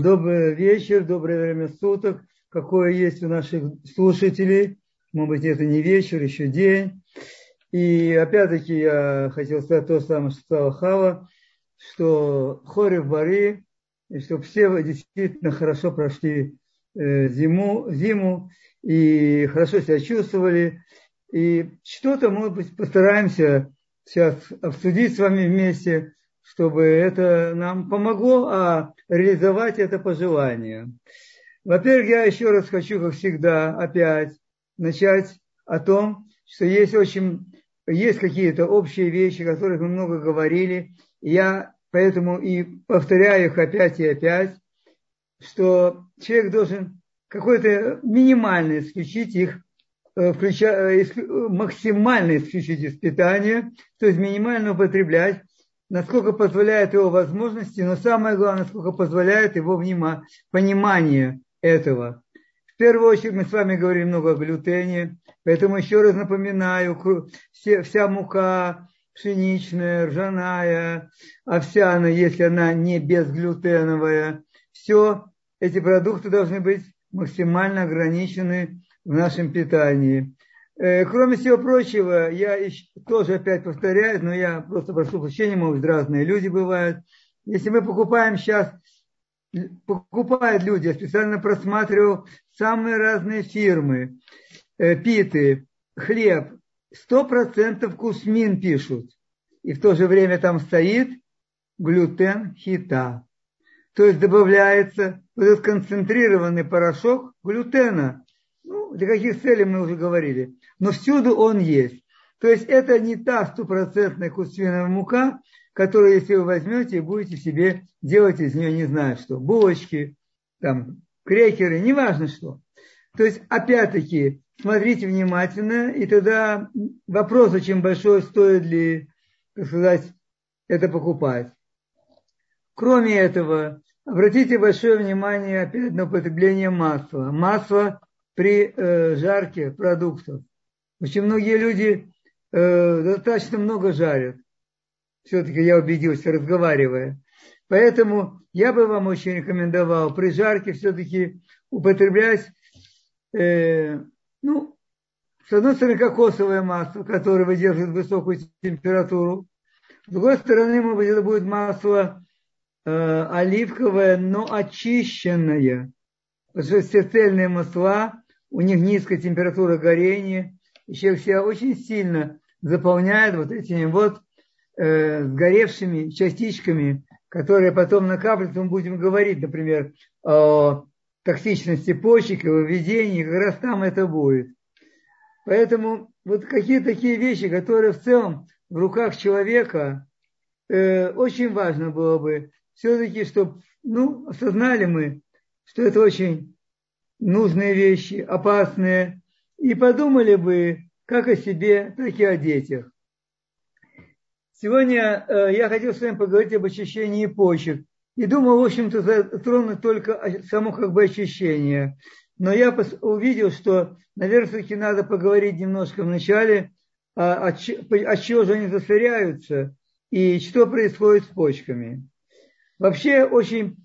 Добрый вечер, доброе время суток, какое есть у наших слушателей. Может быть, это не вечер, еще день. И опять-таки я хотел сказать то самое, что сказала Хава, что хорев бари, и чтобы все действительно хорошо прошли зиму и хорошо себя чувствовали. И что-то, может быть, постараемся сейчас обсудить с вами вместе, чтобы это нам помогло, а реализовать это пожелание. Во-первых, я еще раз хочу, как всегда, опять начать о том, что есть какие-то общие вещи, о которых мы много говорили. И я поэтому и повторяю их опять и опять, что человек должен какой-то минимально исключить их, максимально исключить из питания, то есть минимально употреблять, насколько позволяет его возможности, но самое главное, насколько позволяет его понимание этого. В первую очередь мы с вами говорили много о глютене, поэтому еще раз напоминаю, вся мука пшеничная, ржаная, овсяная, если она не безглютеновая, все эти продукты должны быть максимально ограничены в нашем питании. Кроме всего прочего, я тоже опять повторяю, но я просто прошу прощения, может быть, разные люди бывают. Если мы покупают люди, я специально просматривал самые разные фирмы, питы, хлеб, 100% кусмин пишут. И в то же время там стоит глютен хита. То есть добавляется вот этот концентрированный порошок глютена. Для каких целей мы уже говорили. Но всюду он есть. То есть это не та 100% кусминовая мука, которую, если вы возьмете и будете себе делать из нее, не знаю что, булочки, там, крекеры, неважно что. То есть, опять-таки, смотрите внимательно, и тогда вопрос очень большой, стоит ли, так сказать, это покупать. Кроме этого, обратите большое внимание опять на употребление масла. Масло при жарке продуктов. Очень многие люди достаточно много жарят. Все-таки я убедился, разговаривая. Поэтому я бы вам очень рекомендовал при жарке все-таки употреблять, с одной стороны, кокосовое масло, которое выдерживает высокую температуру. С другой стороны, может быть, это будет масло оливковое, но очищенное. Потому что все цельные масла, у них низкая температура горения, и человек себя очень сильно заполняет вот этими вот сгоревшими частичками, которые потом накапливаются. Мы будем говорить, например, о токсичности почек и выведении, как раз там это будет. Поэтому вот какие-то такие вещи, которые в целом в руках человека, очень важно было бы все-таки, чтобы осознали мы, что это очень нужные вещи, опасные, и подумали бы как о себе, так и о детях. Сегодня я хотел с вами поговорить об очищении почек. И думал, в общем-то, затронуть только само очищение. Но я увидел, что, наверное, все-таки надо поговорить немножко вначале, от чего же они засоряются и что происходит с почками. Вообще очень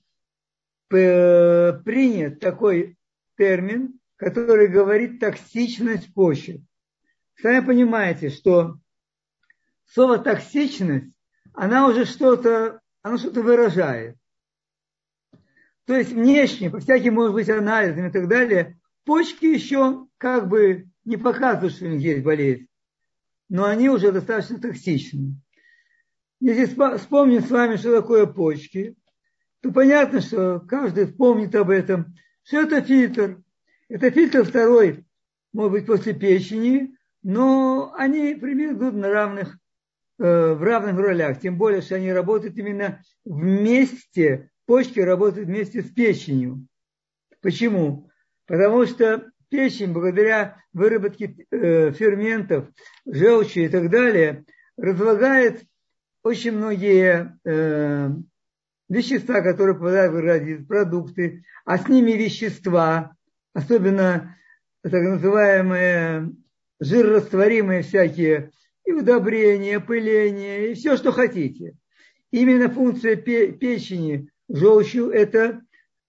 принят такой термин, который говорит токсичность почек. Сами понимаете, что слово токсичность, она уже что-то выражает. То есть внешне, по всяким, может быть, анализам и так далее, почки еще как бы не показывают, что у них есть болезнь, но они уже достаточно токсичны. Если вспомним с вами, что такое почки, то понятно, что каждый вспомнит об этом, что это фильтр. Это фильтр второй, может быть, после печени, но они примерно идут в равных ролях. Тем более, что они работают именно вместе, почки работают вместе с печенью. Почему? Потому что печень, благодаря выработке ферментов, желчи и так далее, разлагает очень многие вещества, которые попадают в организм, продукты, а с ними вещества, особенно так называемые жирорастворимые всякие, и удобрения, пыление, и все, что хотите. Именно функция печени желчью – это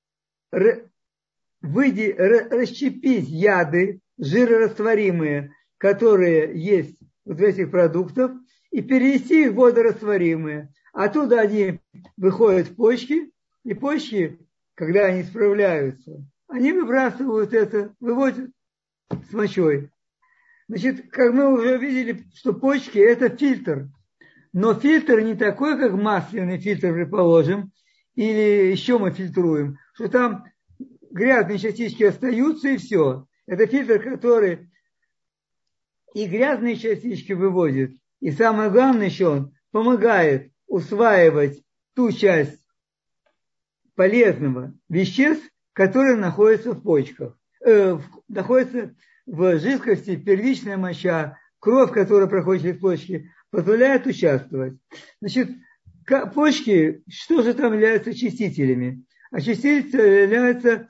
расщепить яды, жирорастворимые, которые есть вот в этих продуктах, и перевести их в водорастворимые. Оттуда они выходят в почки, и почки, когда они справляются, они выбрасывают это, выводят с мочой. Значит, как мы уже видели, что почки – это фильтр. Но фильтр не такой, как масляный фильтр, предположим, или еще мы фильтруем, что там грязные частички остаются и все. Это фильтр, который и грязные частички выводит, и самое главное еще он помогает усваивать ту часть полезного веществ, которые находятся в почках, находятся в жидкости, первичная моча, кровь, которая проходит через почки, позволяет участвовать. Значит, почки, что же там являются очистителями? Очистители являются,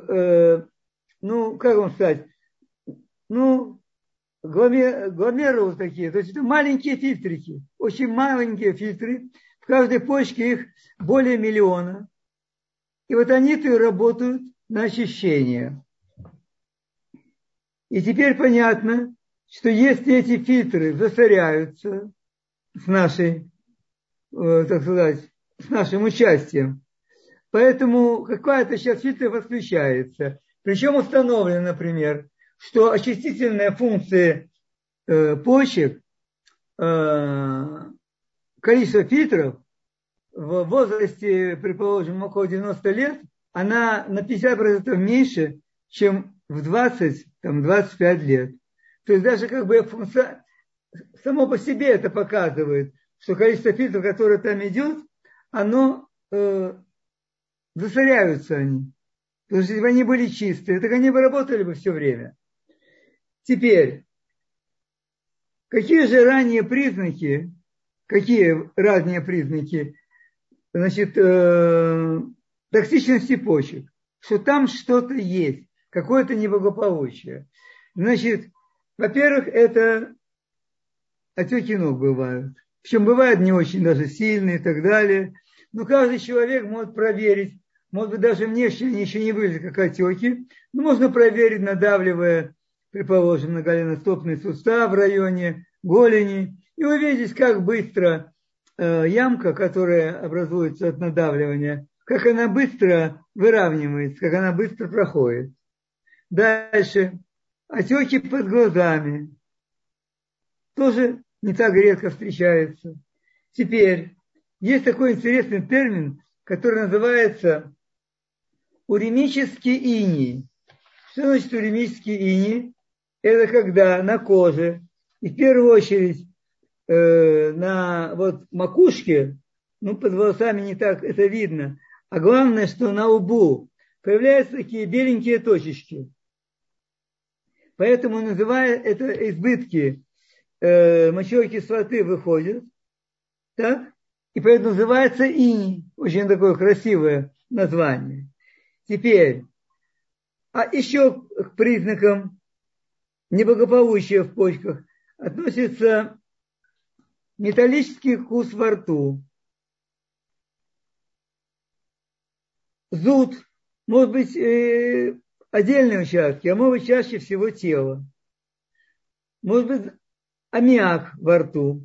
как вам сказать, гломерулы такие, то есть это маленькие фильтрики, очень маленькие фильтры, в каждой почке их более миллиона. И вот они-то и работают на очищение. И теперь понятно, что если эти фильтры засоряются с нашей, так сказать, с нашим участием, поэтому какая-то сейчас фильтр подключается. Причем установлено, например, что очистительная функция почек, количество фильтров в возрасте, предположим, около 90 лет, она на 50% меньше, чем в 20-25 лет. То есть даже как бы само по себе это показывает, что количество фильтров, которое там идет, оно засоряются они. Потому что если бы они были чистые, так они бы работали бы все время. Теперь, какие ранние признаки, значит, токсичности почек? Что там что-то есть, какое-то неблагополучие. Значит, во-первых, это отеки ног бывают. Причем бывают не очень даже сильные и так далее. Но каждый человек может проверить, может быть, даже внешне они еще не выглядят как отеки, но можно проверить, надавливая, предположим, на голеностопный сустав в районе голени, и увидеть, как быстро ямка, которая образуется от надавливания, как она быстро выравнивается, как она быстро проходит. Дальше. Отеки под глазами. Тоже не так редко встречается. Теперь, есть такой интересный термин, который называется уремический иней. Что значит уремический иней? Это когда на коже, и в первую очередь на макушке, под волосами не так это видно, а главное, что на лбу появляются такие беленькие точечки. Поэтому называют это избытки мочевой кислоты выходят, так? И поэтому называется иней. Очень такое красивое название. Теперь, а еще к признакам неблагополучия в почках относится металлический вкус во рту, зуд, может быть, отдельные участки, а может быть, чаще всего тело. Может быть, аммиак во рту.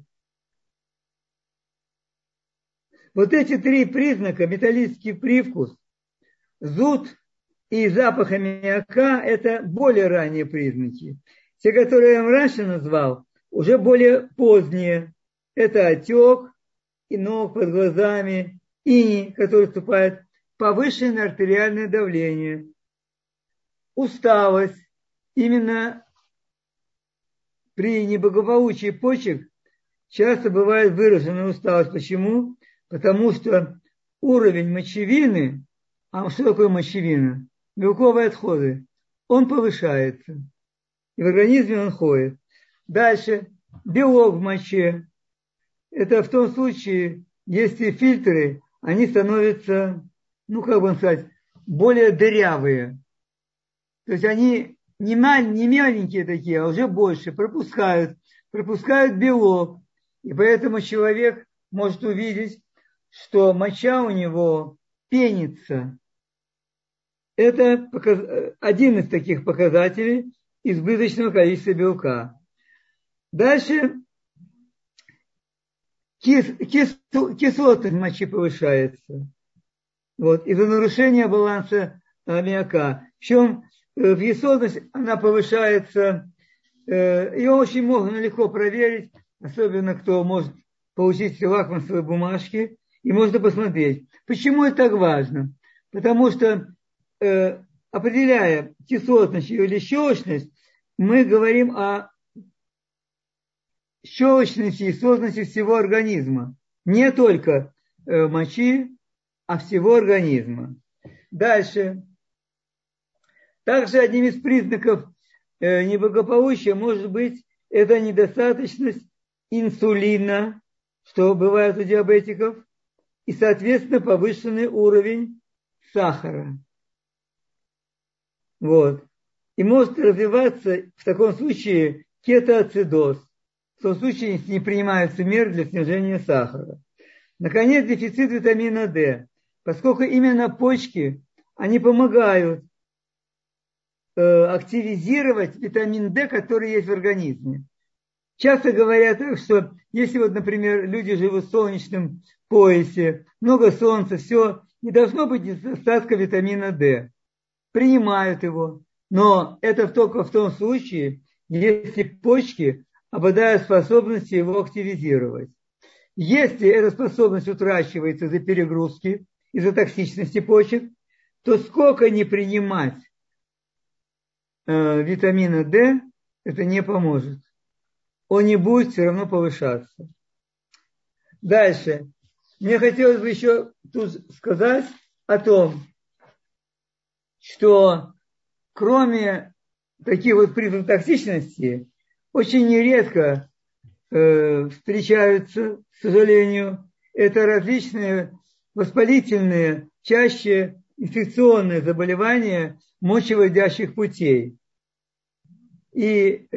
Вот эти три признака, металлический привкус, зуд и запах аммиака, это более ранние признаки. Те, которые я вам раньше назвал, уже более поздние. Это отек и ног под глазами, иней, который вступает, повышенное артериальное давление, усталость. Именно при неблагополучии почек часто бывает выраженная усталость. Почему? Потому что уровень мочевины, а что такое мочевина? Белковые отходы, он повышается. И в организме он ходит. Дальше, белок в моче. Это в том случае, если фильтры, они становятся, более дырявые. То есть они не маленькие такие, а уже больше, пропускают белок. И поэтому человек может увидеть, что моча у него пенится. Это один из таких показателей избыточного количества белка. Дальше кислотность мочи повышается. Вот, из-за нарушения баланса аммиака. Причем кислотность, она повышается, ее очень можно легко проверить, особенно кто может получить лакмусовые бумажки, и можно посмотреть. Почему это так важно? Потому что, определяя кислотность или щелочность, мы говорим о щелочности и кислотности всего организма. Не только мочи, а всего организма. Дальше. Также одним из признаков неблагополучия может быть это недостаточность инсулина, что бывает у диабетиков, и, соответственно, повышенный уровень сахара. Вот. И может развиваться в таком случае кетоацидоз. В том случае, если не принимаются меры для снижения сахара. Наконец, дефицит витамина D. Поскольку именно почки, они помогают активизировать витамин D, который есть в организме. Часто говорят так, что если вот, например, люди живут в солнечном поясе, много солнца, все, не должно быть недостатка витамина D. Принимают его, но это только в том случае, если почки обладают способностью его активизировать. Если эта способность утрачивается из-за перегрузки, из-за токсичности почек, то сколько ни принимать витамина D, это не поможет. Он не будет все равно повышаться. Дальше. Мне хотелось бы еще тут сказать о том, что кроме таких вот признаков токсичности, очень нередко встречаются, к сожалению, это различные воспалительные, чаще инфекционные заболевания мочевыводящих путей. И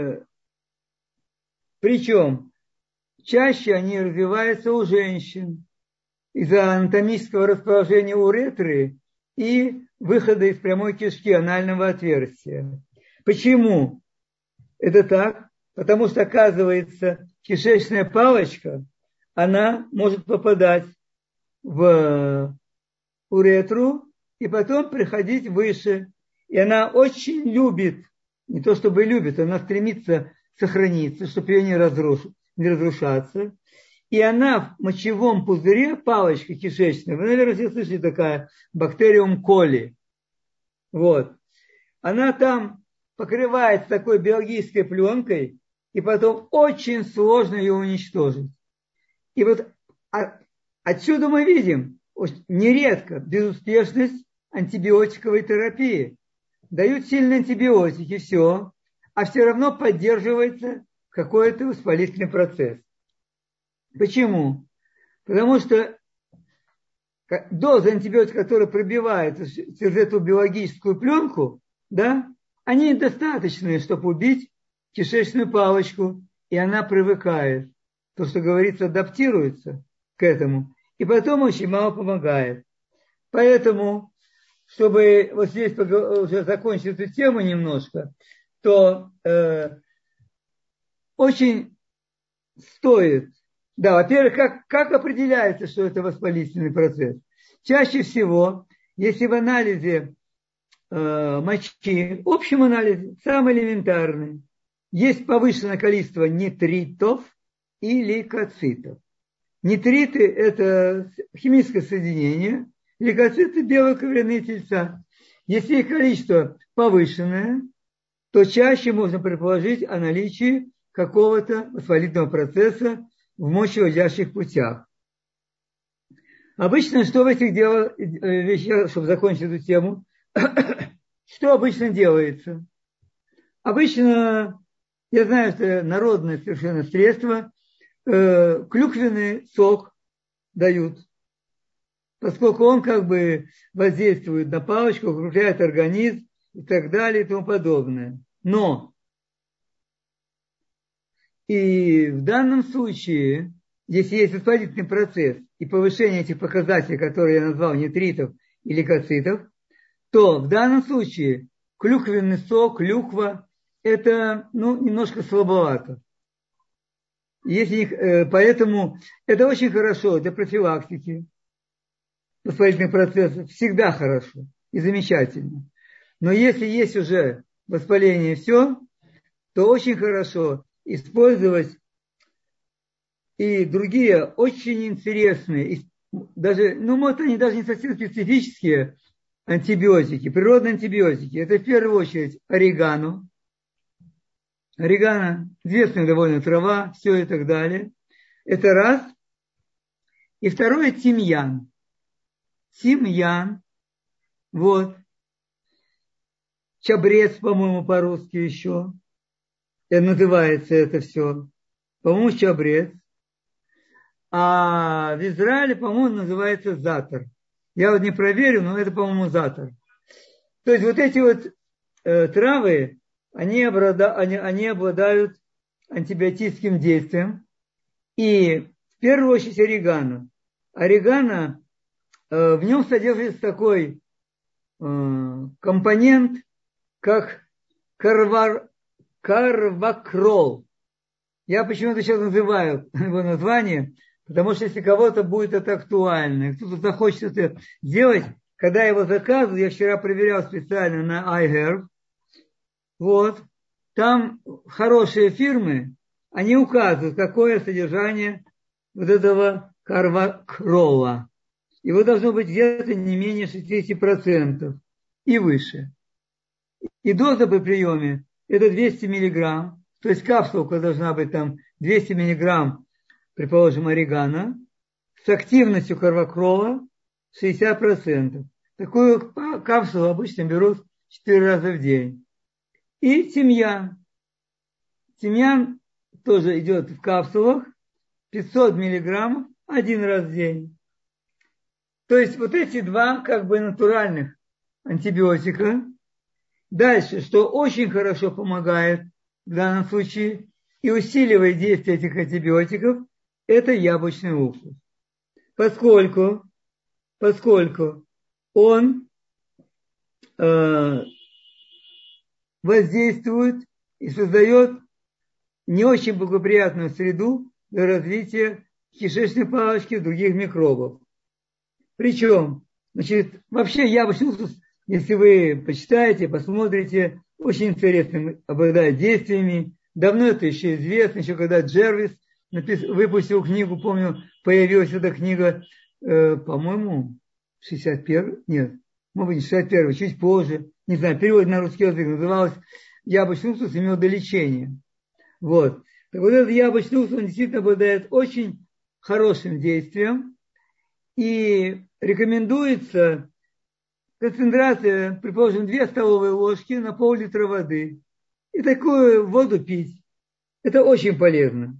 причем чаще они развиваются у женщин из-за анатомического расположения уретры и выхода из прямой кишки, анального отверстия. Почему это так? Потому что, оказывается, кишечная палочка, она может попадать в уретру и потом приходить выше. И она очень любит, не то чтобы любит, она стремится сохраниться, чтобы ее не разрушаться. И она в мочевом пузыре, палочка кишечная, вы, наверное, все слышали, такая бактериум коли. Вот. Она там покрывается такой биологической пленкой, и потом очень сложно ее уничтожить. И вот отсюда мы видим нередко безуспешность антибиотиковой терапии. Дают сильные антибиотики, все, а все равно поддерживается какой-то воспалительный процесс. Почему? Потому что доза антибиотика, которая пробивает через эту биологическую пленку, да, они достаточные, чтобы убить кишечную палочку, и она привыкает. То, что говорится, адаптируется к этому. И потом очень мало помогает. Поэтому, чтобы вот здесь уже закончить эту тему немножко, то очень стоит. Да, во-первых, как определяется, что это воспалительный процесс? Чаще всего, если в анализе мочи, в общем анализе, самый элементарный, есть повышенное количество нитритов и лейкоцитов. Нитриты – это химическое соединение, лейкоциты – белые кровяные тельца. Если их количество повышенное, то чаще можно предположить о наличии какого-то воспалительного процесса в мочевыводящих путях. Обычно, что в этих вещах, чтобы закончить эту тему, что обычно делается? Обычно, я знаю, что народное совершенно средство, клюквенный сок дают, поскольку он как бы воздействует на палочку, окружает организм и так далее и тому подобное. Но и в данном случае, если есть воспалительный процесс и повышение этих показателей, которые я назвал, нитритов и лейкоцитов, то в данном случае клюквенный сок, клюква, это немножко слабовато. Поэтому это очень хорошо для профилактики воспалительных процессов. Всегда хорошо и замечательно. Но если есть уже воспаление все, то очень хорошо использовать и другие очень интересные, даже, может, они даже не совсем специфические антибиотики, природные антибиотики. Это в первую очередь орегано. Орегано, известная довольно трава, все и так далее. Это раз. И второе тимьян. Тимьян. Вот. Чабрец, по-моему, по-русски еще. Называется это все. По-моему, чабрец. А в Израиле, по-моему, называется затор. Я вот не проверю, но это, по-моему, затор. То есть вот эти вот травы, они обладают антибиотическим действием. И в первую очередь орегано. Орегано, в нем содержится такой компонент, как карвакрол. Я почему-то сейчас называю его название, потому что если кого-то будет это актуально, кто-то захочет это сделать, когда я его заказываю, я вчера проверял специально на iHerb, вот, там хорошие фирмы, они указывают, какое содержание вот этого карвакрола. Его должно быть где-то не менее 60% и выше. И доза при приеме это 200 миллиграмм, то есть капсулка должна быть там 200 миллиграмм, предположим, орегано, с активностью карвакрола 60%. Такую капсулу обычно берут 4 раза в день. И тимьян. Тимьян тоже идет в капсулах, 500 миллиграммов один раз в день. То есть вот эти два как бы натуральных антибиотика. Дальше, что очень хорошо помогает в данном случае и усиливает действие этих антибиотиков, это яблочный уксус. Поскольку он воздействует и создает не очень благоприятную среду для развития кишечной палочки и других микробов. Причем, вообще яблочный уксус, если вы почитаете, посмотрите, очень интересным обладает действиями. Давно это еще известно, еще когда Джервис выпустил книгу, помню, появилась эта книга, по-моему, 61, нет, может быть, 61, чуть позже, не знаю, перевод на русский язык, называлась «Яблочный уксус и медолечение». Вот. Так вот этот яблочный уксус, он действительно обладает очень хорошим действием, и рекомендуется концентрация, предположим, 2 столовые ложки на пол-литра воды. И такую воду пить. Это очень полезно.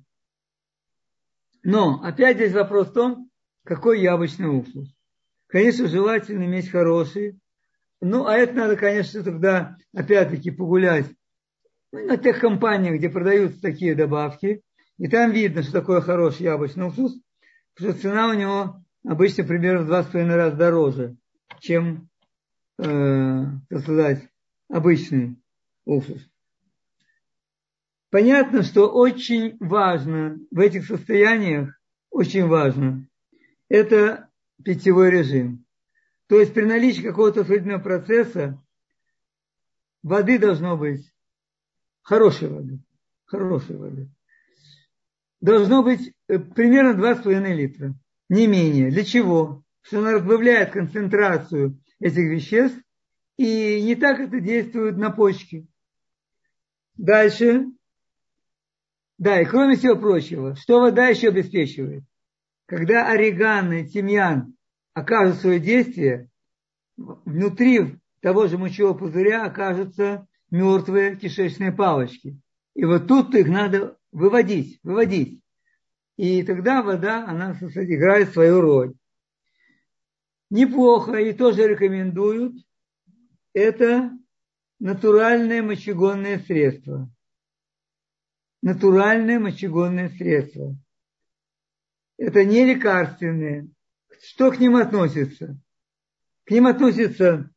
Но опять здесь вопрос в том, какой яблочный уксус. Конечно, желательно иметь хороший. А это надо, конечно, тогда опять-таки погулять на тех компаниях, где продаются такие добавки. И там видно, что такое хороший яблочный уксус, потому что цена у него обычно примерно в 2,5 раза дороже, чем, так сказать, обычный уксус. Понятно, что очень важно в этих состояниях, очень важно, это питьевой режим. То есть при наличии какого-то воспалительного процесса воды должно быть, хорошей воды. Должно быть примерно 2,5 литра, не менее. Для чего? Что она разбавляет концентрацию этих веществ, и не так это действует на почки. Дальше. Да, и кроме всего прочего, что вода еще обеспечивает? Когда орегано и тимьян окажут свое действие, внутри того же мочевого пузыря окажутся мертвые кишечные палочки. И вот тут их надо выводить. И тогда вода, она, кстати, играет свою роль. Неплохо, и тоже рекомендуют, это натуральные мочегонные средства. Натуральные мочегонные средства. Это не лекарственные. Что к ним относится? К ним относятся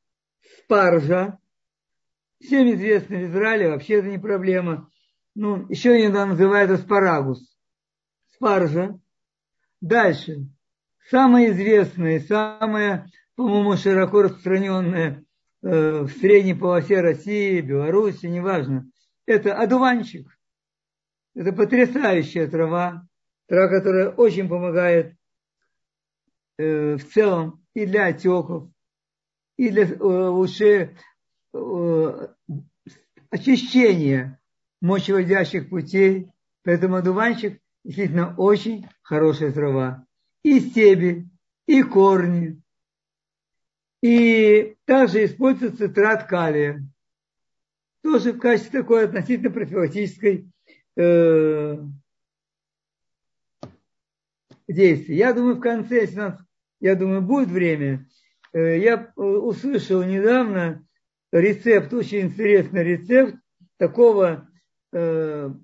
спаржа. Всем известно в Израиле, вообще это не проблема. Ну, еще иногда называют аспарагус. Спаржа. Дальше. Самое известное, самое, по-моему, широко распространенное в средней полосе России, Беларуси, неважно, это одуванчик. Это потрясающая трава, трава, которая очень помогает в целом и для отеков, и для очищения мочевыводящих путей. Поэтому одуванчик действительно очень хорошая трава. И стебель, и корни. И также используется цитрат калия. Тоже в качестве такой относительно профилактической действия. Я думаю, в конце, если у нас, я думаю, будет время, я услышал недавно рецепт, очень интересный рецепт такого, ну,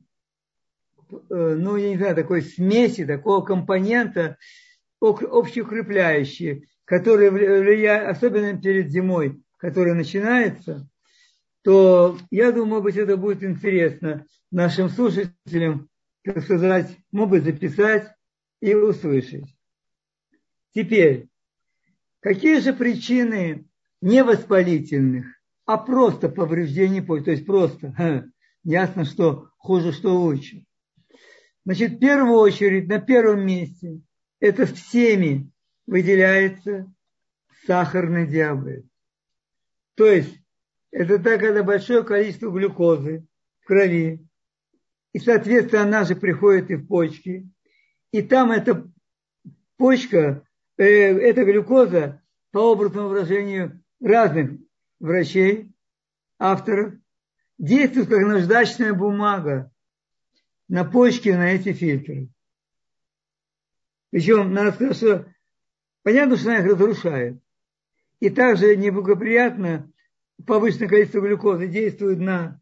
я не знаю, такой смеси, такого компонента общеукрепляющий, который влияет, особенно перед зимой, которая начинается, то я думаю, может быть, это будет интересно нашим слушателям, так сказать, могут записать и услышать. Теперь, какие же причины не воспалительных, а просто повреждений почек, то есть просто, ясно, что хуже, что лучше. Значит, в первую очередь, на первом месте, это всеми выделяется сахарный диабет. То есть, это так, когда большое количество глюкозы в крови, и, соответственно, она же приходит и в почки, и там эта почка, эта глюкоза, по образному выражению разных врачей, авторов, действует как наждачная бумага на почки, на эти фильтры. Причем, надо сказать, что понятно, что она их разрушает. И также неблагоприятно повышенное количество глюкозы действует на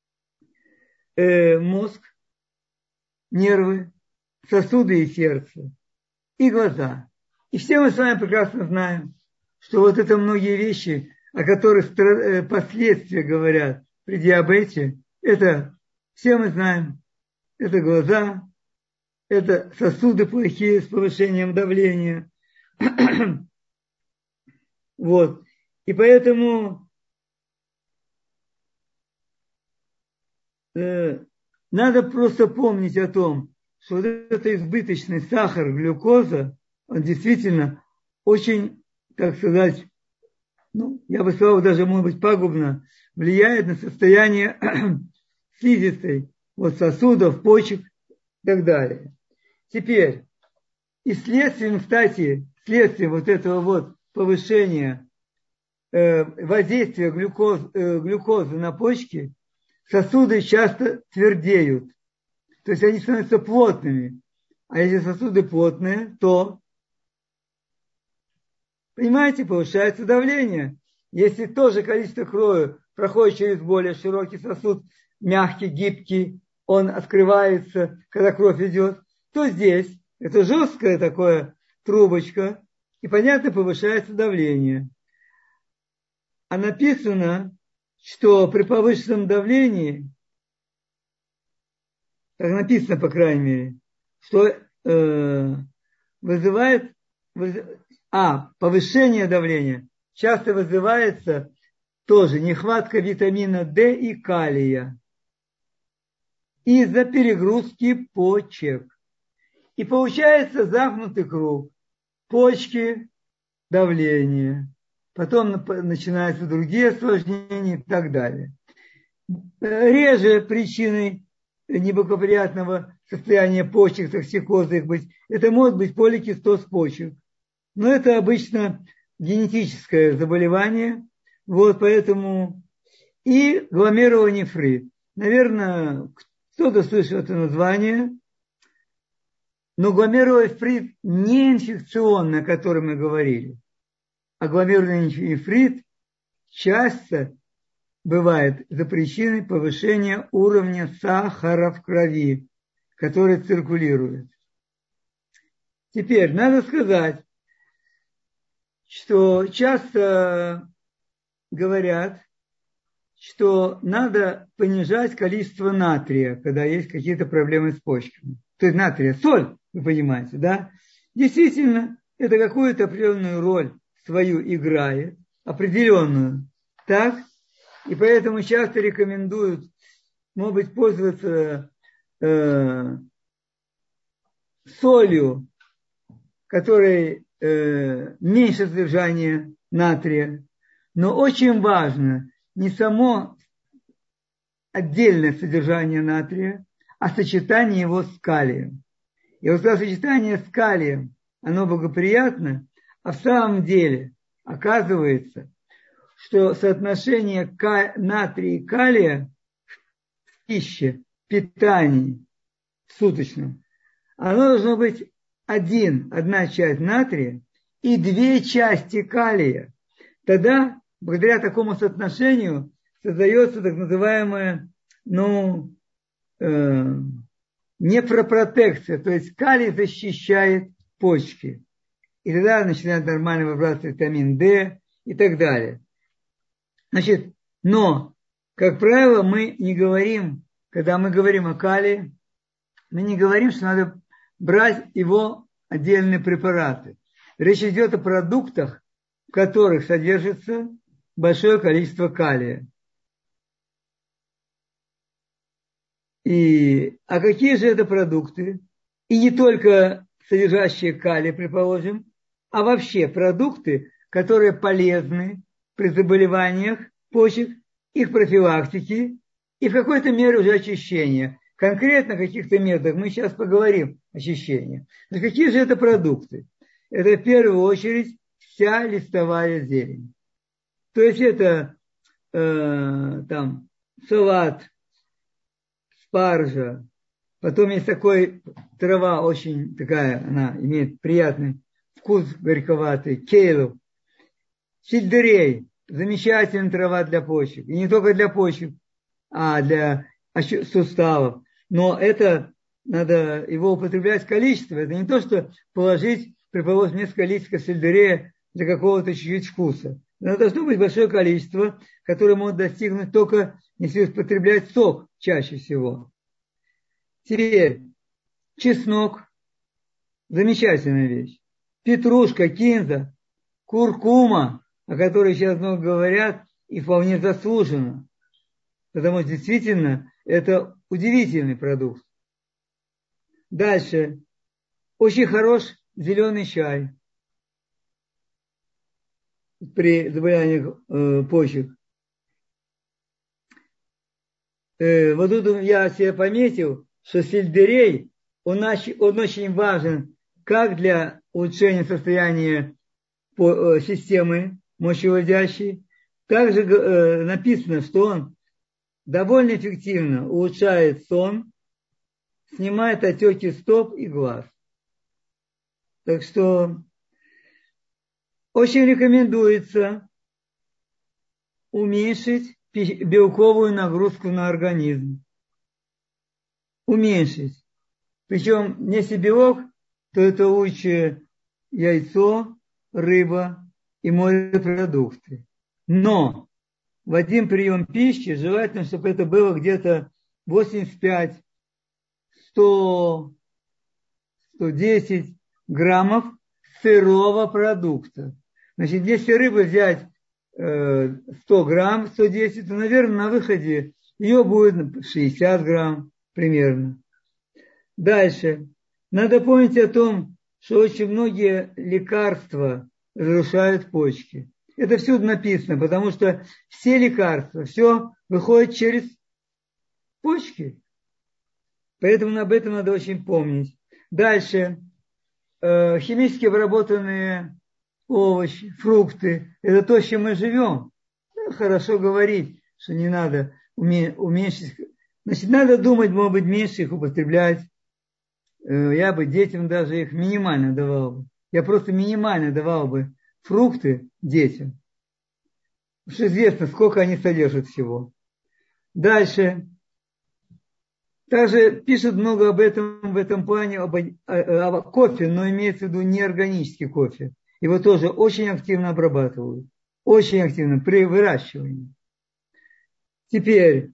мозг, нервы, сосуды и сердце, и глаза. И все мы с вами прекрасно знаем, что вот это многие вещи, о которых последствия говорят при диабете, это все мы знаем. Это глаза, это сосуды плохие с повышением давления. Вот. И поэтому надо просто помнить о том, что вот это избыточный сахар, глюкоза, он действительно очень, так сказать, ну, я бы сказал, даже, может быть, пагубно влияет на состояние слизистой, вот сосудов, почек и так далее. Теперь, и следствием, кстати, следствием вот этого вот повышения воздействия глюкозы на почки, сосуды часто твердеют. То есть они становятся плотными. А если сосуды плотные, то, понимаете, повышается давление. Если то же количество крови проходит через более широкий сосуд, мягкий, гибкий, он открывается, когда кровь идет, то здесь это жесткая такая трубочка, и, понятно, повышается давление. А написано, что при повышенном давлении, так написано, по крайней мере, что повышение давления часто вызывается тоже нехватка витамина D и калия из-за перегрузки почек. И получается замкнутый круг. Почки, давление. Потом начинаются другие осложнения и так далее. Реже причиной неблагоприятного состояния почек, токсикоза их быть, это может быть поликистоз почек. Но это обычно генетическое заболевание. Вот поэтому и гломерулонефрит. Наверное, кто-то слышал это название. Но гломерулонефрит не инфекционный, о котором мы говорили. А гломерулонефрит часто бывает за причиной повышения уровня сахара в крови, который циркулирует. Теперь надо сказать, что часто говорят, что надо понижать количество натрия, когда есть какие-то проблемы с почками. То есть натрия, соль, вы понимаете, да? Действительно, это какую-то определенную роль свою играет, определенную. Так? И поэтому часто рекомендуют, может быть, пользоваться солью, которой меньше содержания натрия. Но очень важно не само отдельное содержание натрия, а сочетание его с калием. И вот когда сочетание с калием, оно благоприятно, а в самом деле оказывается, что соотношение натрия и калия в пище, в питании, в суточном, оно должно быть одна часть натрия и 2 части калия. Тогда, благодаря такому соотношению, создается так называемая, нефропротекция, то есть калий защищает почки. И тогда начинает нормально выбрасываться витамин D и так далее. Значит, но, как правило, мы не говорим, когда мы говорим о калии, мы не говорим, что надо брать его отдельные препараты. Речь идет о продуктах, в которых содержится большое количество калия. А какие же это продукты? И не только содержащие калий, предположим, а вообще продукты, которые полезны при заболеваниях почек, их профилактике и в какой-то мере уже очищения. Конкретно о каких-то методах мы сейчас поговорим, очищения. Но какие же это продукты? Это в первую очередь вся листовая зелень. То есть это салат, спаржа. Потом есть такой трава очень такая, она имеет приятный вкус горьковатый, кейлу. Сельдерей. Замечательная трава для почек. И не только для почек, а для суставов. Но это надо его употреблять количество. Это не то, что положить, предположим, несколько листиков сельдерея для какого-то чуть-чуть вкуса. Но должно быть большое количество, которое можно достигнуть только если употреблять сок чаще всего. Теперь чеснок. Замечательная вещь. Петрушка, кинза, куркума, о которой сейчас много говорят, и вполне заслуженно. Потому что действительно это удивительный продукт. Дальше. Очень хорош зеленый чай при заболеваниях почек. Вот тут я себе пометил, что сельдерей, он очень важен как для улучшения состояния системы мочевыводящей. Также написано, что он довольно эффективно улучшает сон, снимает отеки стоп и глаз. Так что очень рекомендуется уменьшить белковую нагрузку на организм. Уменьшить. Причем, если белок, то это лучше яйцо, рыба и морепродукты. Но в один прием пищи желательно, чтобы это было где-то 85, 100, 110 граммов сырого продукта. Значит, если рыбу взять 100 грамм, 110, то, наверное, на выходе ее будет 60 грамм примерно. Дальше. Надо помнить о том, что очень многие лекарства разрушают почки. Это всюду написано, потому что все лекарства, все выходит через почки. Поэтому об этом надо очень помнить. Дальше. Химически обработанные овощи, фрукты. Это то, с чем мы живем. Хорошо говорить, что не надо уменьшить. Значит, надо думать, может быть, меньше их употреблять. Я бы детям даже их минимально давал бы. Я просто минимально давал бы фрукты детям. Потому что известно, сколько они содержат всего. Дальше. Также пишут много об этом в этом плане, о кофе, но имеется в виду неорганический кофе. Его тоже очень активно обрабатывают. очень активно при выращивании. Теперь,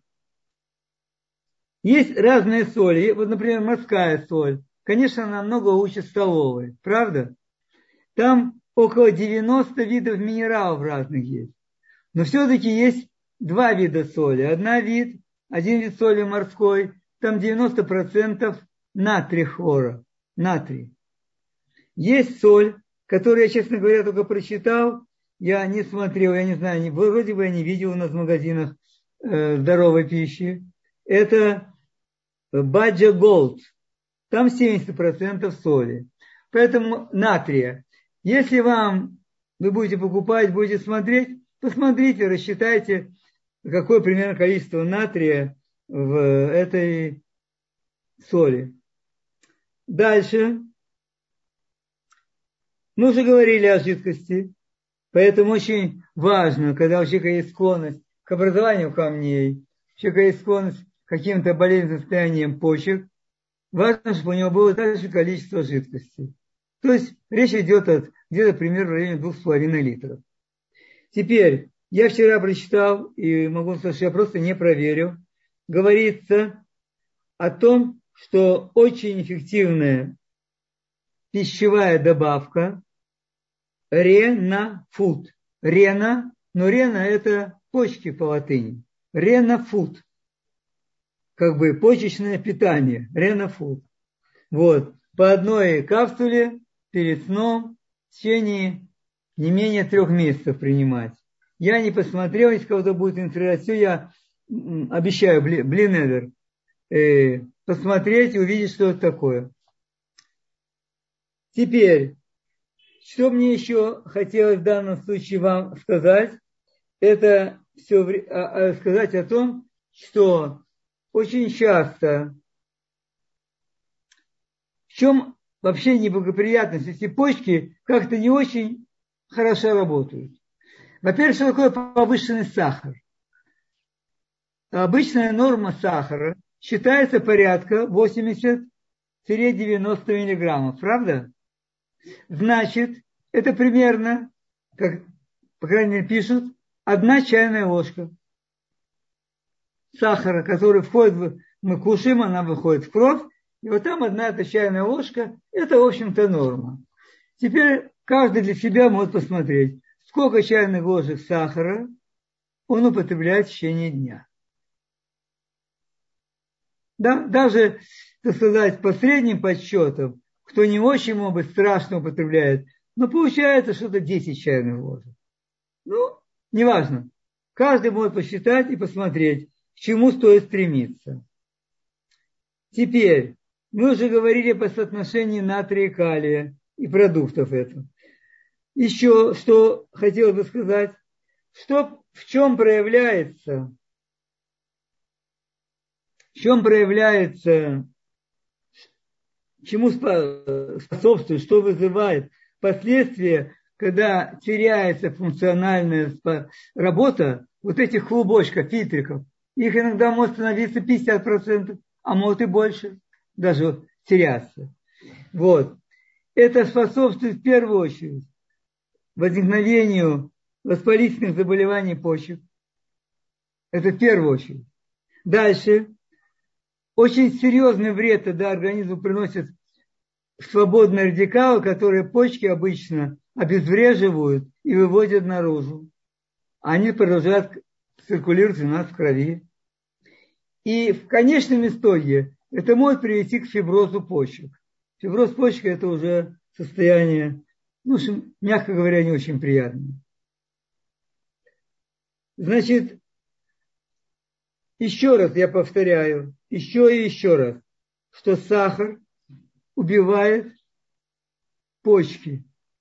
есть разные соли. Вот, например, морская соль. Конечно, она много лучше столовой, правда? Там около 90 видов минералов разных есть. Но все-таки есть два вида соли. Один вид соли морской, там 90% натрия хлора. Натрий. Есть соль, которую я, честно говоря, только прочитал, я не смотрел, я не знаю, вроде бы я не видел у нас в магазинах здоровой пищи. Это Баджа Голд. Там 70% соли. Поэтому натрия. Если вы будете покупать, будете смотреть, посмотрите, рассчитайте, какое примерно количество натрия в этой соли. Дальше. Мы уже говорили о жидкости, поэтому очень важно, когда у человека есть склонность к образованию камней, у человека есть склонность к каким-то болезненным состояниям почек, важно, чтобы у него было также же количество жидкости. То есть речь идет о где-то примерно в районе 2,5 литров. Теперь, я вчера прочитал, и могу сказать, что я просто не проверил, говорится о том, что очень эффективная пищевая добавка Ренафуд. Рена, но рена это почки по латыни. Ренафуд. Как бы почечное питание. Ренафуд. Вот. По одной капсуле перед сном в течение не менее 3 месяцев принимать. Я не посмотрел, если кого-то будет интересовать. Все, я обещаю, Блиневер, посмотреть и увидеть, что это такое. Теперь, что мне еще хотелось в данном случае вам сказать, это все сказать о том, что очень часто, в чем вообще неблагоприятность, если почки как-то не очень хорошо работают. Во-первых, что такое повышенный сахар? Обычная норма сахара считается порядка 80-90 миллиграммов, правда? Значит, это примерно, как, по крайней мере, пишут, 1 чайная ложка сахара, который входит, мы кушаем, она выходит в кровь, и вот там 1 чайная ложка, это, в общем-то, норма. Теперь каждый для себя может посмотреть, сколько чайных ложек сахара он употребляет в течение дня. Да, даже, так сказать, по средним подсчетам, кто не очень, может быть, страшно употребляет, но получается что-то 10 чайных ложек. Ну, неважно. Каждый может посчитать и посмотреть, к чему стоит стремиться. Теперь, мы уже говорили по соотношению натрия и калия и продуктов этого. Еще что хотелось бы сказать, в чем проявляется, чему способствует, что вызывает последствия, когда теряется функциональная работа вот этих клубочков, фильтриков. Их иногда может становиться 50%, а может и больше, даже теряться. Вот. Это способствует в первую очередь возникновению воспалительных заболеваний почек. Это в первую очередь. Дальше. Очень серьезный вред тогда организму приносят свободные радикалы, которые почки обычно обезвреживают и выводят наружу. Они продолжают циркулировать у нас в крови. И в конечном итоге это может привести к фиброзу почек. Фиброз почек – это уже состояние, мягко говоря, не очень приятное. Значит, еще раз я повторяю, еще и еще раз, что сахар убивает почки.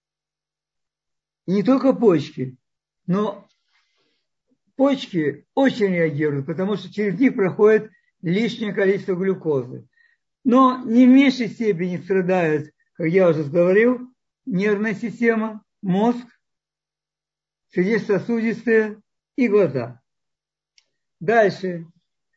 И не только почки, но почки очень реагируют, потому что через них проходит лишнее количество глюкозы. Но не в меньшей степени страдают, как я уже говорил, нервная система, мозг, сердечно-сосудистые и глаза. Дальше.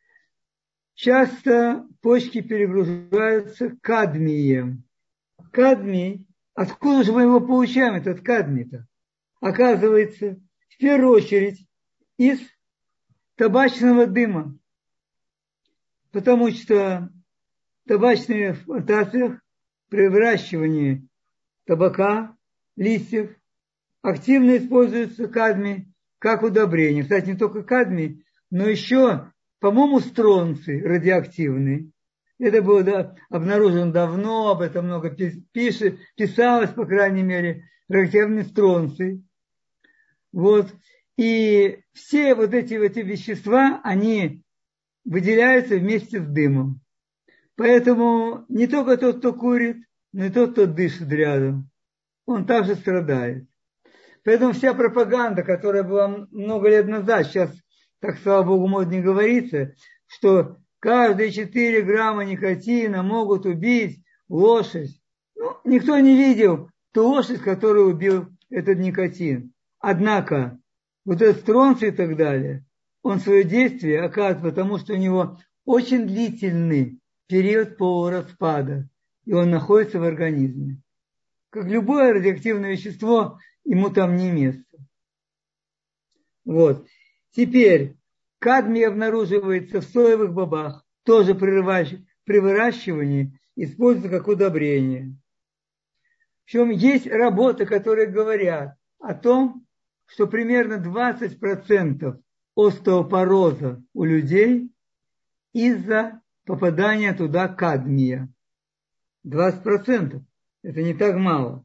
Часто почки перегружаются кадмием. Кадмий, откуда же мы его получаем, этот кадмий-то? Оказывается, В первую очередь из табачного дыма, потому что в табачных плантациях при выращивании табака, листьев активно используется кадмий как удобрение. Кстати, не только кадмий, но еще, по-моему, стронций радиоактивный. Это было обнаружено давно, об этом много писалось, по крайней мере, радиоактивный стронций. Вот. И все вот эти вещества, они выделяются вместе с дымом. Поэтому не только тот, кто курит, но и тот, кто дышит рядом, он также страдает. Поэтому вся пропаганда, которая была много лет назад, сейчас, так слава богу, модно говорится, что каждые 4 грамма никотина могут убить лошадь. Ну, никто не видел ту лошадь, которую убил этот никотин. Однако, вот этот стронций и так далее, он свое действие оказывает, потому что у него очень длительный период полураспада, и он находится в организме. Как любое радиоактивное вещество, ему там не место. Вот. Теперь кадмий обнаруживается в соевых бобах, тоже при выращивании используется как удобрение. Причем есть работы, которые говорят о том, что примерно 20% остеопороза у людей из-за попадания туда кадмия. 20%. Это не так мало.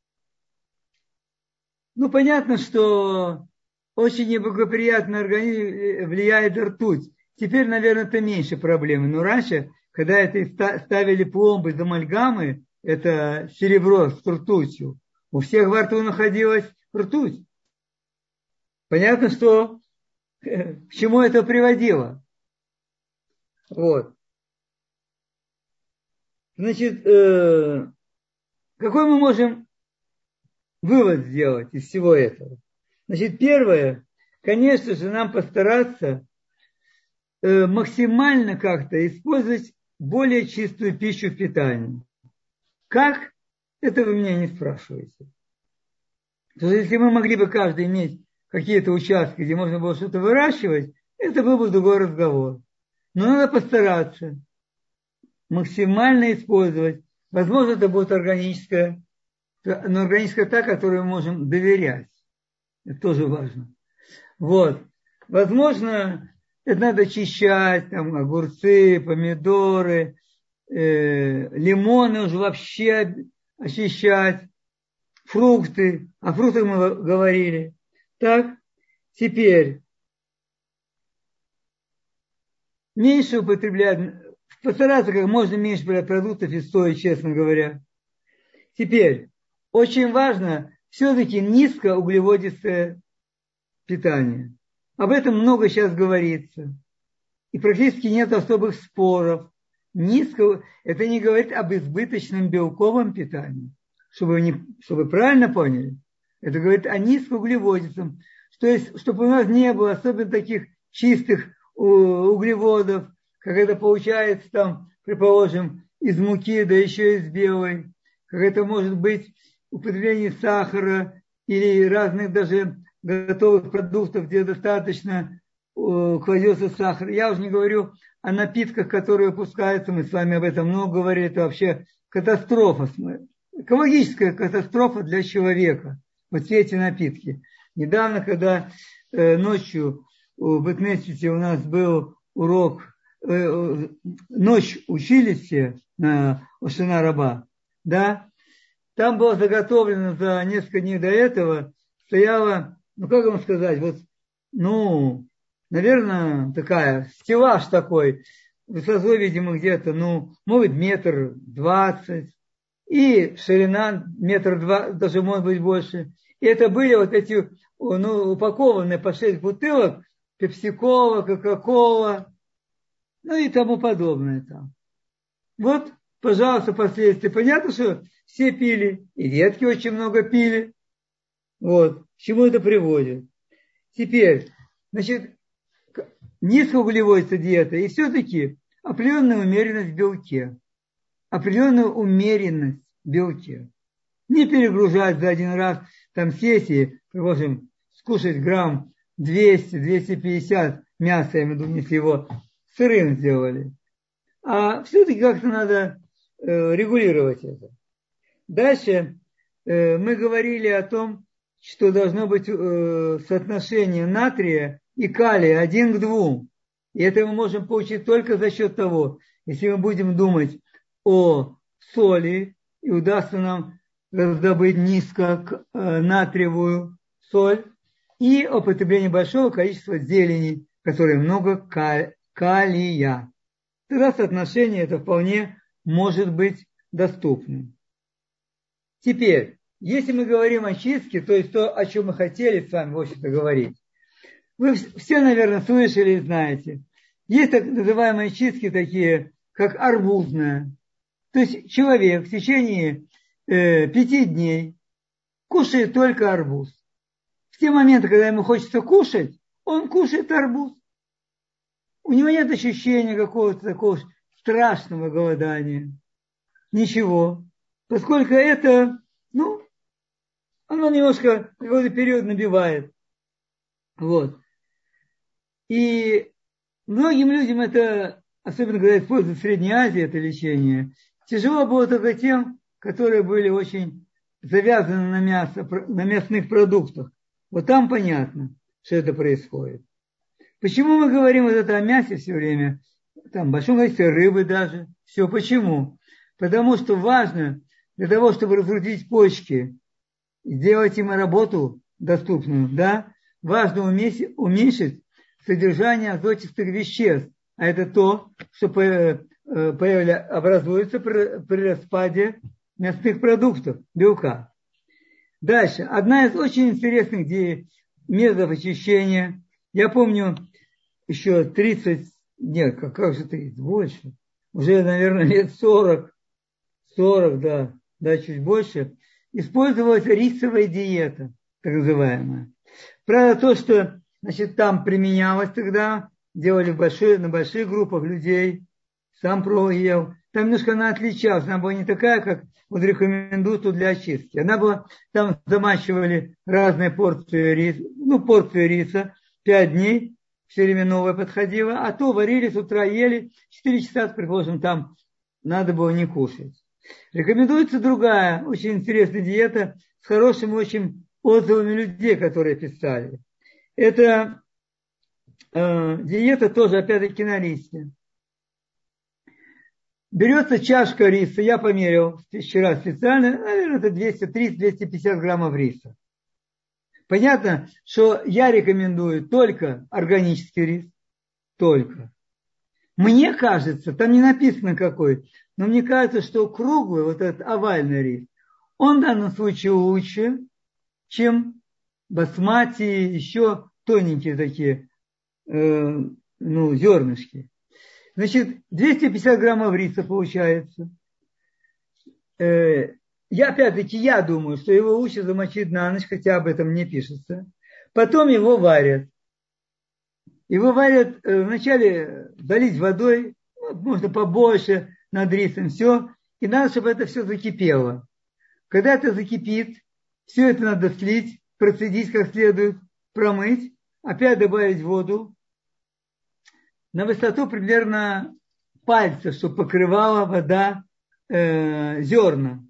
Ну, понятно, что очень неблагоприятно на организм влияет ртуть. Теперь, наверное, это меньше проблемы. Но раньше, когда это ставили пломбы из амальгамы, это серебро с ртутью, у всех во рту находилась ртуть. Понятно, что к чему это приводило. Вот. Значит, какой мы можем вывод сделать из всего этого? Значит, первое, конечно же, нам постараться максимально как-то использовать более чистую пищу в питании. Как? Это вы меня не спрашиваете. Потому что если мы могли бы каждый иметь какие-то участки, где можно было что-то выращивать, это был бы другой разговор. Но надо постараться максимально использовать. Возможно, это будет органическое, но органическое та, которой мы можем доверять. Это тоже важно. Вот. Возможно, это надо очищать, там, огурцы, помидоры, лимоны уже вообще очищать, фрукты. О фруктах мы говорили. Так, теперь меньше употреблять, постараться как можно меньше продуктов из сои, честно говоря. Теперь, очень важно все-таки низкоуглеводистое питание. Об этом много сейчас говорится. И практически нет особых споров. Это не говорит об избыточном белковом питании. Чтобы правильно поняли, это говорит о низкоуглеводистом. То есть, чтобы у нас не было особенно таких чистых углеводов, как это получается там, предположим, из муки, да еще из белой, как это может быть употребление сахара или разных даже готовых продуктов, где достаточно кладется сахар. Я уже не говорю о напитках, которые выпускаются, мы с вами об этом много говорили, это вообще катастрофа, экологическая катастрофа для человека, вот все эти напитки. Недавно, когда ночью в Бет-Кнессете у нас был урок, ночь учились все на Ошана Раба, да, там было заготовлено за несколько дней до этого, стояла, ну как вам сказать, вот, ну, наверное, такая, стеллаж такой, высотой, видимо, где-то, ну, может быть, 1,20 м, и ширина 1,2 м, даже может быть больше. И это были вот эти, ну, упакованные по 6 бутылок, пепси-кола, кока-кола, ну и тому подобное там. Вот, пожалуйста, последствия. Понятно, что все пили, и детки очень много пили. Вот, к чему это приводит. Теперь, значит, низкоуглеводистая диета, и все-таки определенная умеренность в белке. Определенная умеренность в белке. Не перегружать за один раз там сессии, предположим, скушать грамм 200-250 мяса, я имею в виду, если его сырым сделали. А все-таки как-то надо регулировать это. Дальше мы говорили о том, что должно быть соотношение натрия и калия 1 к 2. И это мы можем получить только за счет того, если мы будем думать о соли, и удастся нам раздобыть низконатриевую соль, и о потреблении большого количества зелени, в которой много калия. Тогда соотношение это вполне может быть доступным. Теперь, если мы говорим о чистке, то есть то, о чем мы хотели с вами, в общем-то, говорить, вы все, наверное, слышали и знаете, есть так называемые чистки такие, как арбузная. То есть человек в течение 5 дней кушает только арбуз. В те моменты, когда ему хочется кушать, он кушает арбуз. У него нет ощущения какого-то такого страшного голодания. Ничего. Поскольку это, оно немножко какой-то период набивает. Вот. И многим людям это, особенно когда используют в Средней Азии это лечение, тяжело было только тем, которые были очень завязаны на мясо, на мясных продуктах. Вот там понятно, что это происходит. Почему мы говорим вот это о мясе все время? Там, в большом количестве рыбы даже. Все. Почему? Потому что важно для того, чтобы разгрузить почки, сделать им работу доступную, да, важно уменьшить содержание азотистых веществ. А это то, что образуется при распаде мясных продуктов, белка. Дальше. Одна из очень интересных методов очищения. Я помню, еще 30, нет, как же 30, больше. Уже, наверное, лет 40, да, чуть больше. Использовалась рисовая диета, так называемая. Правда, то, что, там применялось тогда, делали на больших группах людей, сам ел. Там немножко она отличалась, она была не такая, как вот рекомендуют для очистки. Она была, там замачивали разные порции риса, 5 дней, все время новое подходило, а то варили с утра, ели, 4 часа, предположим, там надо было не кушать. Рекомендуется другая, очень интересная диета с хорошими очень отзывами людей, которые писали. Это диета тоже, опять-таки, на рисе. Берется чашка риса, я померил вчера специально, наверное, это 230-250 граммов риса. Понятно, что я рекомендую только органический рис, только. Мне кажется, там не написано какой, но мне кажется, что круглый, вот этот овальный рис, он в данном случае лучше, чем басмати, еще тоненькие такие, зернышки. Значит, 250 граммов риса получается. Я думаю, что его лучше замочить на ночь, хотя об этом не пишется. Потом его варят. Его варят вначале залить водой, можно побольше над рисом, все. И надо, чтобы это все закипело. Когда это закипит, все это надо слить, процедить как следует, промыть, опять добавить воду на высоту примерно пальца, чтобы покрывала вода зерна.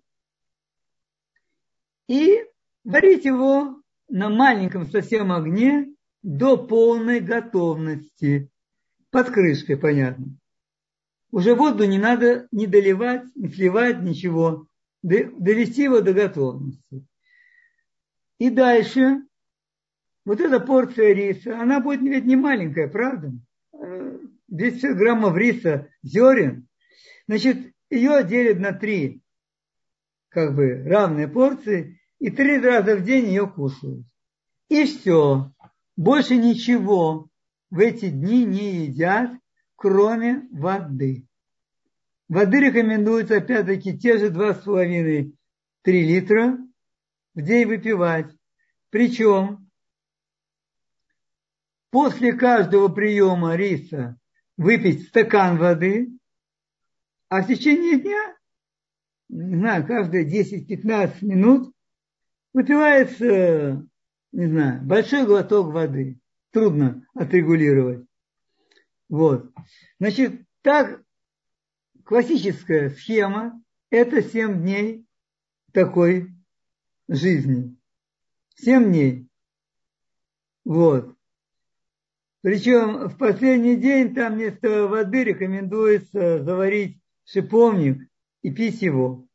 И варить его на маленьком совсем огне до полной готовности. Под крышкой, понятно. Уже воду не надо ни доливать, ни сливать, ничего. Довести его до готовности. И дальше вот эта порция риса, она будет ведь не маленькая, правда? 200 граммов риса, зерен. Значит, ее делят на 3 равные порции, и 3 раза в день ее кушают. И все. Больше ничего в эти дни не едят, кроме воды. Воды рекомендуется, опять-таки, те же 2,5-3 литра в день выпивать. Причем после каждого приема риса выпить стакан воды, а в течение дня, не знаю, каждые 10-15 минут выпивается не знаю, большой глоток воды. Трудно отрегулировать. Вот. Значит, так классическая схема – это 7 дней такой жизни. 7 дней. Вот. Причем в последний день там вместо воды рекомендуется заварить шиповник и пить его.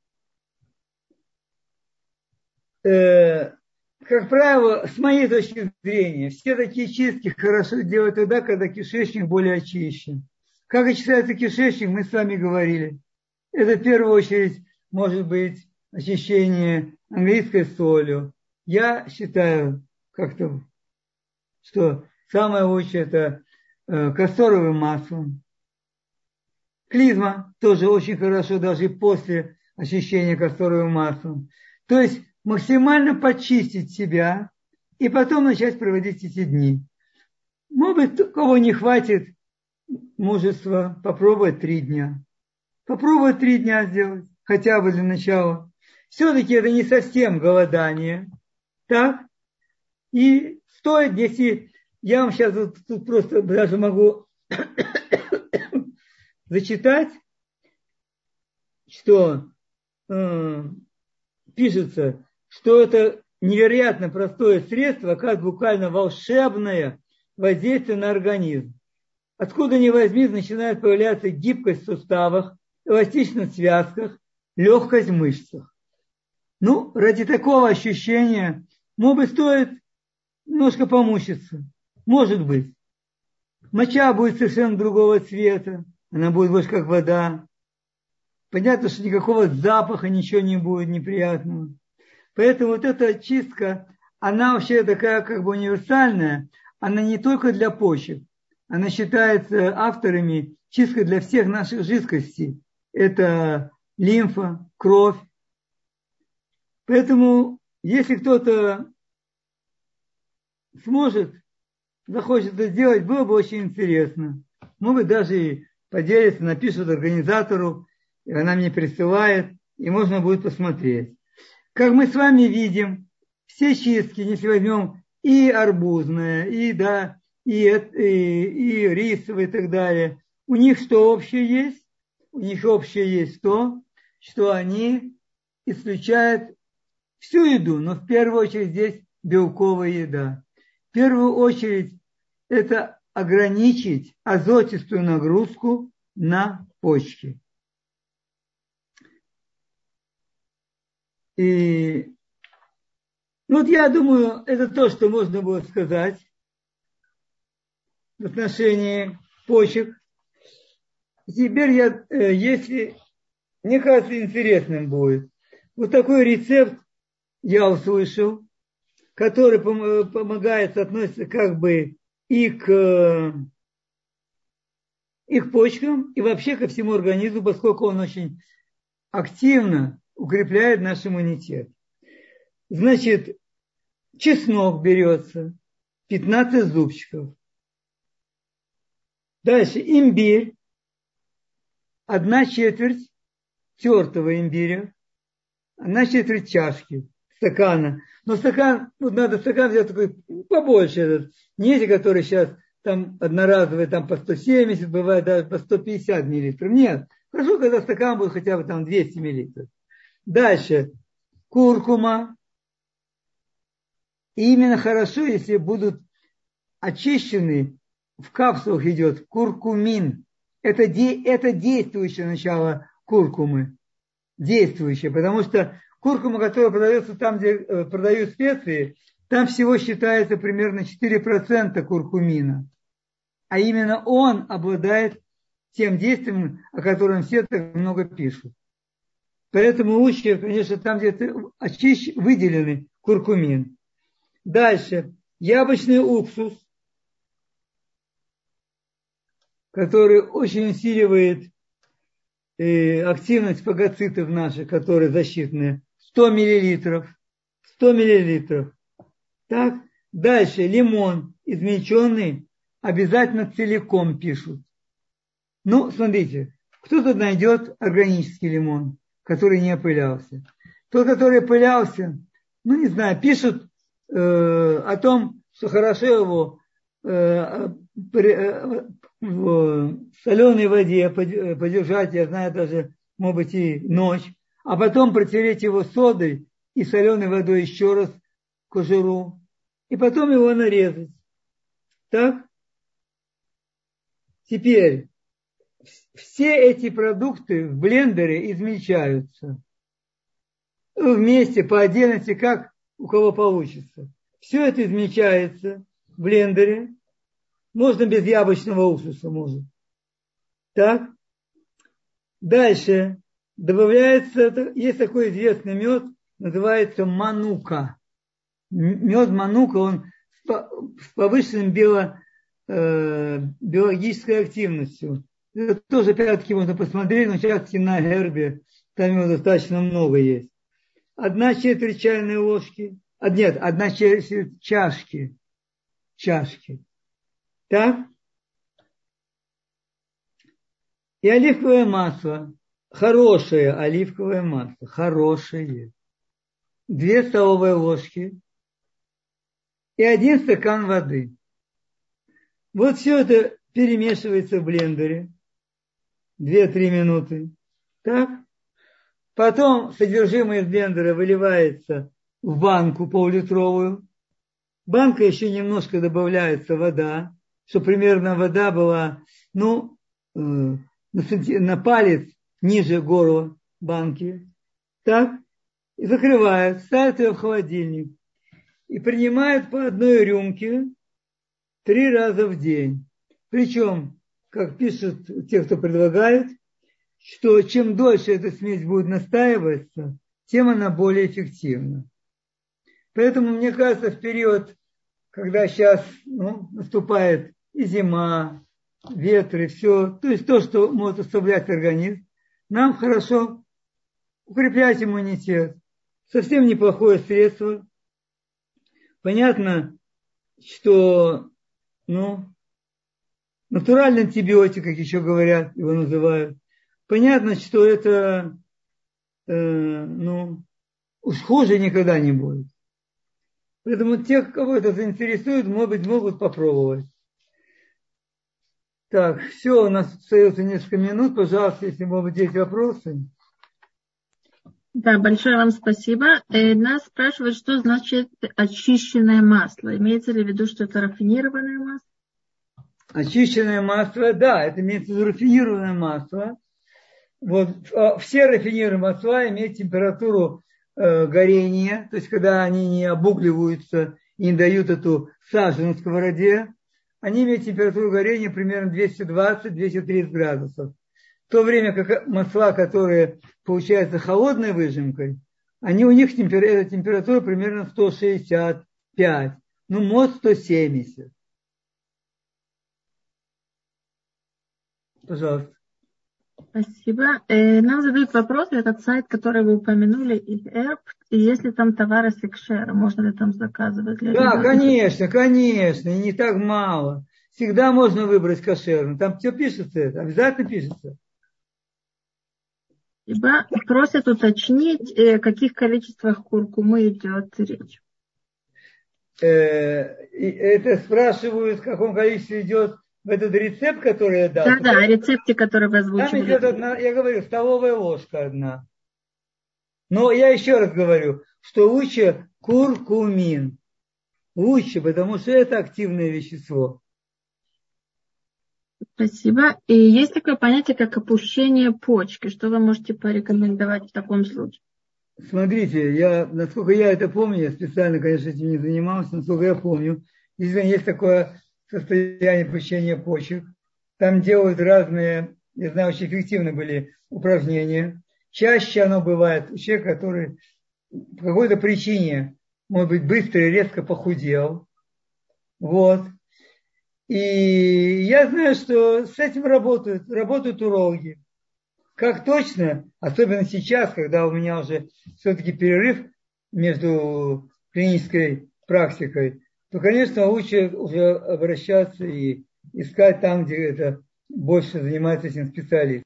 Как правило, с моей точки зрения, все такие чистки хорошо делать тогда, когда кишечник более очищен. Как очищается кишечник, мы с вами говорили. Это в первую очередь может быть очищение английской солью. Я считаю, как-то, что самое лучшее это касторовым маслом. Клизма тоже очень хорошо, даже и после очищения касторовым маслом. То есть максимально почистить себя и потом начать проводить эти дни. Может быть, у кого не хватит мужества, попробовать 3 дня. Попробовать 3 дня сделать, хотя бы для начала. Все-таки это не совсем голодание. Так? И стоит, если я вам сейчас тут просто даже могу зачитать, что пишется, что это невероятно простое средство, как буквально волшебное воздействие на организм. Откуда ни возьмись, начинает появляться гибкость в суставах, эластичность в связках, легкость в мышцах. Ну, ради такого ощущения, может быть, стоит немножко помучиться. Может быть. Моча будет совершенно другого цвета, она будет больше как вода. Понятно, что никакого запаха, ничего не будет неприятного. Поэтому вот эта чистка, она вообще такая как бы универсальная, она не только для почек, она считается авторами чисткой для всех наших жидкостей. Это лимфа, кровь. Поэтому, если кто-то сможет, захочет это сделать, было бы очень интересно. Может быть, даже и поделиться, напишут организатору, и она мне присылает, и можно будет посмотреть. Как мы с вами видим, все чистки, если возьмем и арбузное, и рисовые и так далее, у них что общее есть? У них общее есть то, что они исключают всю еду, но в первую очередь здесь белковая еда. В первую очередь это ограничить азотистую нагрузку на почки. И вот я думаю, это то, что можно было сказать в отношении почек. Теперь если мне кажется, интересным будет. Вот такой рецепт я услышал, который помогает, относится как бы и к почкам, и вообще ко всему организму, поскольку он очень активно укрепляет наш иммунитет. Значит, чеснок берется, 15 зубчиков. Дальше имбирь, 1/4 тертого имбиря, 1/4 чашки, стакана. Но стакан, вот надо стакан взять такой побольше этот. Не эти, которые сейчас там одноразовые, там по 170, бывает даже по 150 миллилитров. Нет. Хорошо, когда стакан будет хотя бы там 200 миллилитров. Дальше. Куркума. И именно хорошо, если будут очищены, в капсулах идет куркумин. Это действующее начало куркумы. Действующее, потому что куркума, которая продается там, где продают специи, там всего считается примерно 4% куркумина. А именно он обладает тем действием, о котором все так много пишут. Поэтому лучше, конечно, там, где выделенный куркумин. Дальше. Яблочный уксус, который очень усиливает активность фагоцитов наших, которые защитные. 100 миллилитров. 100 миллилитров. Так. Дальше. Лимон измельченный обязательно целиком пишут. Ну, смотрите. Кто-то найдет органический лимон, который не опылялся. Тот, который опылялся, ну, не знаю, пишут о том, что хорошо его в соленой воде подержать, я знаю, даже, может быть, и ночь, а потом протереть его содой и соленой водой еще раз кожуру, и потом его нарезать. Так? Теперь все эти продукты в блендере измельчаются. Вместе, по отдельности, как у кого получится. Все это измельчается в блендере. Можно без яблочного уксуса, может. Так? Дальше добавляется, есть такой известный мед, называется манука. Мед манука, он с повышенным биологической активностью. Это тоже, опять-таки, можно посмотреть, но сейчас на гербе, там его достаточно много есть. 1/4 чайной ложки, нет, 1/4 чашки. Так? И оливковое масло. Хорошее оливковое масло. Хорошее. 2 столовые ложки. И 1 стакан воды. Вот все это перемешивается в блендере. 2-3 минуты. Так? Потом содержимое из блендера выливается в банку пол-литровую. Банка еще немножко добавляется вода, чтобы примерно вода была, на палец ниже горла банки. Так? И закрывают, ставят ее в холодильник. И принимают по 1 рюмке 3 раза в день. Причем, как пишут те, кто предлагает, что чем дольше эта смесь будет настаиваться, тем она более эффективна. Поэтому, мне кажется, в период, когда сейчас наступает и зима, ветры, все, то есть то, что может ослаблять организм, нам хорошо укреплять иммунитет. Совсем неплохое средство. Понятно, что натуральный антибиотик, как еще говорят, его называют. Понятно, что это уж хуже никогда не будет. Поэтому тех, кого это заинтересует, может быть, могут попробовать. Так, все, у нас остается несколько минут. Пожалуйста, если, может быть, есть вопросы. Да, большое вам спасибо. Нас спрашивают, что значит очищенное масло. Имеется ли в виду, что это рафинированное масло? Очищенное масло, да, это имеется в виду рафинированное масло. Вот, все рафинированные масла имеют температуру горения, то есть когда они не обугливаются и не дают эту сажу на сковороде, они имеют температуру горения примерно 220-230 градусов. В то время как масла, которые получаются холодной выжимкой, у них температура примерно 165, может 170. Пожалуйста. Спасибо. Нам задают вопрос, этот сайт, который вы упомянули, из Эрб, и если там товары с экшера, можно ли там заказывать? Да, конечно, и не так мало. Всегда можно выбрать кошерный. Там все пишется, это обязательно пишется. Ибо просят уточнить, о каких количествах куркумы идет речь. Это спрашивают, в каком количестве идет в этот рецепт, который я дал. Да, о рецепте, который вы озвучивали. Там идет я говорю, столовая ложка 1. Но я еще раз говорю, что лучше куркумин. Лучше, потому что это активное вещество. Спасибо. И есть такое понятие, как опущение почки. Что вы можете порекомендовать в таком случае? Смотрите, насколько я это помню, я специально, конечно, этим не занимался, насколько я помню, действительно есть такое состояние опущения почек. Там делают разные, я знаю, очень эффективны были упражнения. Чаще оно бывает у человека, который по какой-то причине, может быть, быстро и резко похудел. Вот. И я знаю, что с этим работают урологи. Как точно, особенно сейчас, когда у меня уже все-таки перерыв между клинической практикой, то, конечно, лучше уже обращаться и искать там, где это больше занимается этим специалист.